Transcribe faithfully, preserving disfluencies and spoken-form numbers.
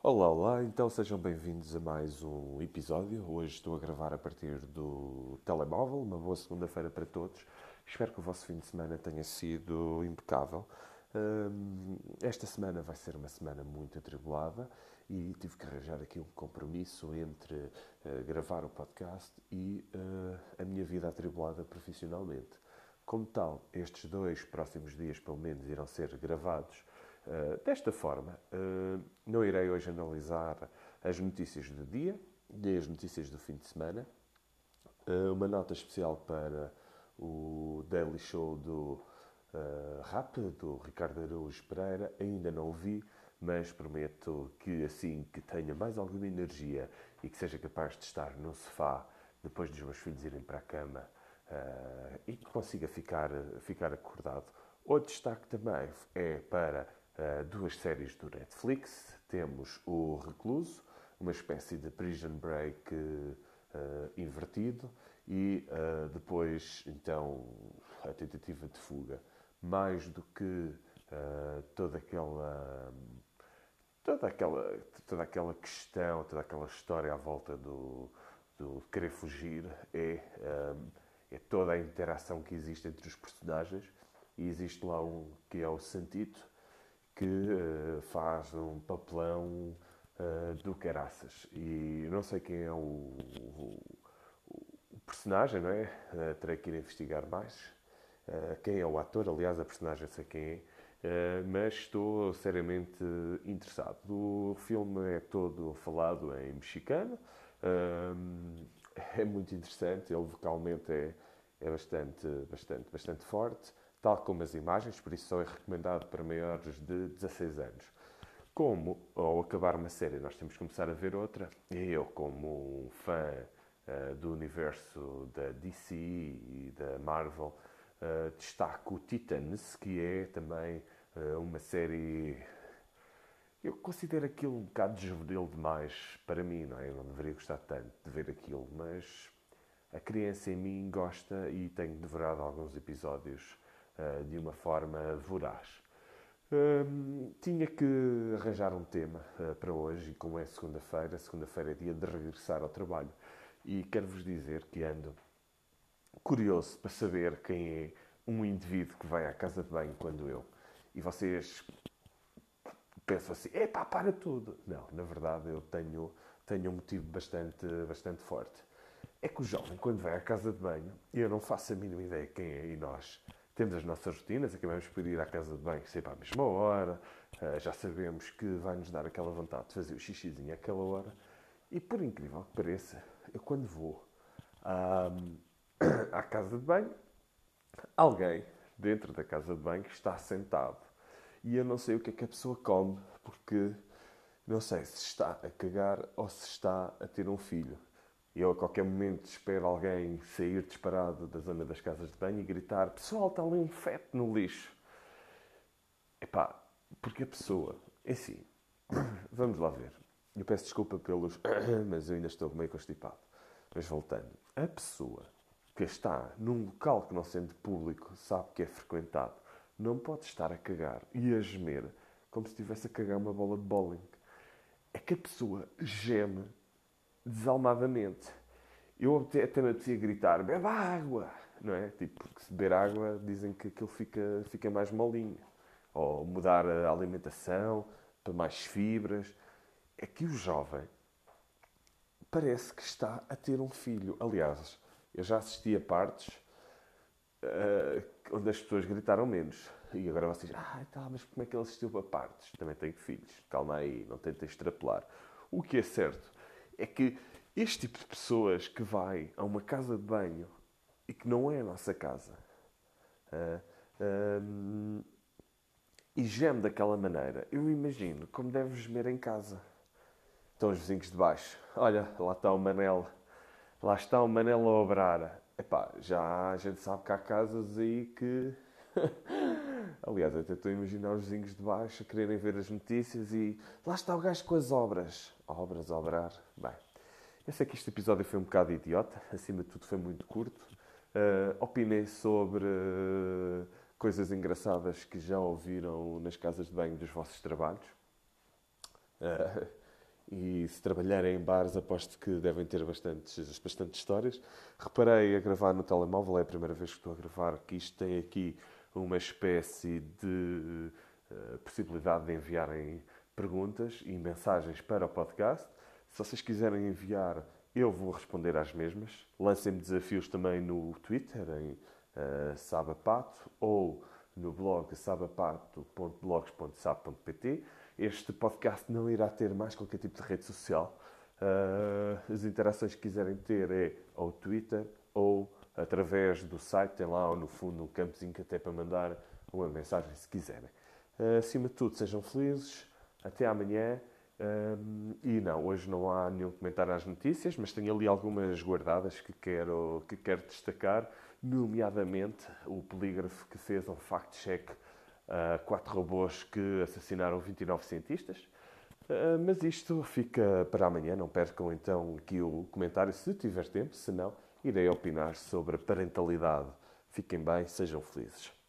Olá, olá, então sejam bem-vindos a mais um episódio. Hoje estou a gravar a partir do telemóvel. Uma boa segunda-feira para todos. Espero que o vosso fim de semana tenha sido impecável. Hum, esta semana vai ser uma semana muito atribulada e tive que arranjar aqui um compromisso entre uh, gravar o podcast e uh, a minha vida atribulada profissionalmente. Como tal, estes dois próximos dias, pelo menos, irão ser gravados Uh, desta forma. Uh, não irei hoje analisar as notícias do dia, nem as notícias do fim de semana. Uh, uma nota especial para o Daily Show do uh, Rap, do Ricardo Araújo Pereira. Ainda não o vi, mas prometo que assim que tenha mais alguma energia e que seja capaz de estar no sofá depois dos meus filhos irem para a cama uh, e que consiga ficar, ficar acordado. Outro destaque também é para Uh, duas séries do Netflix. Temos o Recluso, uma espécie de Prison Break uh, invertido, e uh, depois, então, a tentativa de fuga. Mais do que uh, toda aquela... Toda aquela, toda aquela questão, toda aquela história à volta do, do querer fugir, é, um, é toda a interação que existe entre os personagens. E existe lá um que é o Santito, que uh, faz um papelão uh, do caraças. E não sei quem é o, o, o personagem, não é? Uh, terei que ir investigar mais. Uh, quem é o ator, aliás, a personagem sei quem é. Uh, mas estou seriamente interessado. O filme é todo falado em mexicano. Uh, é muito interessante. Ele vocalmente é, é bastante, bastante, bastante forte, tal como as imagens, por isso só é recomendado para maiores de dezasseis anos. Como, ao acabar uma série, nós temos que começar a ver outra, e eu, como um fã uh, do universo da D C e da Marvel, uh, destaco Titans, que é também uh, uma série... Eu considero aquilo um bocado juvenil demais para mim, não é? Eu não deveria gostar tanto de ver aquilo, mas a criança em mim gosta e tenho devorado alguns episódios uh, de uma forma voraz. Um, tinha que arranjar um tema uh, para hoje, e como é segunda-feira, segunda-feira é dia de regressar ao trabalho. E quero-vos dizer que ando curioso para saber quem é um indivíduo que vai à casa de banho quando eu. E vocês pensam assim, epá, para tudo. Não, na verdade eu tenho, tenho um motivo bastante, bastante forte. É que o jovem, quando vai à casa de banho, eu não faço a mínima ideia quem é, e nós temos as nossas rotinas, acabamos por ir à casa de banho sempre à mesma hora, já sabemos que vai-nos dar aquela vontade de fazer o xixizinho àquela hora, e por incrível que pareça, eu quando vou à, à casa de banho, alguém dentro da casa de banho está sentado. E eu não sei o que é que a pessoa come, porque não sei se está a cagar ou se está a ter um filho. Eu a qualquer momento espero alguém sair disparado da zona das casas de banho e gritar: pessoal, está ali um feto no lixo. Epá, porque a pessoa... É assim, vamos lá ver. Eu peço desculpa pelos... mas eu ainda estou meio constipado. Mas voltando. A pessoa que está num local que, não sendo público, sabe que é frequentado, não pode estar a cagar e a gemer como se estivesse a cagar uma bola de bowling. É que a pessoa geme desalmadamente. Eu até, até me apetecia gritar, bebe água, não é? Tipo, porque se beber água dizem que aquilo fica, fica mais molinho. Ou mudar a alimentação para mais fibras. É que o jovem parece que está a ter um filho. Aliás, eu já assisti a partes uh, onde as pessoas gritaram menos. E agora vocês, ah, tá, mas como é que ele assistiu a partes? Também tenho filhos. Calma aí, não tentem extrapolar. O que é certo é que este tipo de pessoas que vai a uma casa de banho e que não é a nossa casa uh, um, e geme daquela maneira, eu imagino como deve gemer em casa. Estão os vizinhos de baixo. Olha, lá está o Manel. Lá está o Manel a obrar. Epá, já a gente sabe que há casas aí que... Aliás, até estou a imaginar os vizinhos de baixo a quererem ver as notícias e... Lá está o gajo com as obras. Obras, obrar. Bem, eu sei que este episódio foi um bocado idiota. Acima de tudo foi muito curto. Uh, opinei sobre uh, coisas engraçadas que já ouviram nas casas de banho dos vossos trabalhos. Uh, e se trabalharem em bares, aposto que devem ter bastantes, bastantes histórias. Reparei a gravar no telemóvel, é a primeira vez que estou a gravar, que isto tem aqui uma espécie de uh, possibilidade de enviarem perguntas e mensagens para o podcast. Se vocês quiserem enviar, eu vou responder às mesmas. Lancem-me desafios também no Twitter, em uh, Sabapato, ou no blog sabapato ponto blogs ponto sap ponto pt. Este podcast não irá ter mais qualquer tipo de rede social. Uh, as interações que quiserem ter é ou Twitter ou através do site. Tem lá ou no fundo um campozinho que até para mandar uma mensagem se quiserem. Uh, acima de tudo, sejam felizes. Até amanhã. Um, e não, hoje não há nenhum comentário às notícias, mas tenho ali algumas guardadas que quero, que quero destacar, nomeadamente o polígrafo que fez um fact-check a quatro robôs que assassinaram vinte e nove cientistas. Uh, mas isto fica para amanhã, não percam então aqui o comentário se tiver tempo, se não, irei opinar sobre a parentalidade. Fiquem bem, sejam felizes.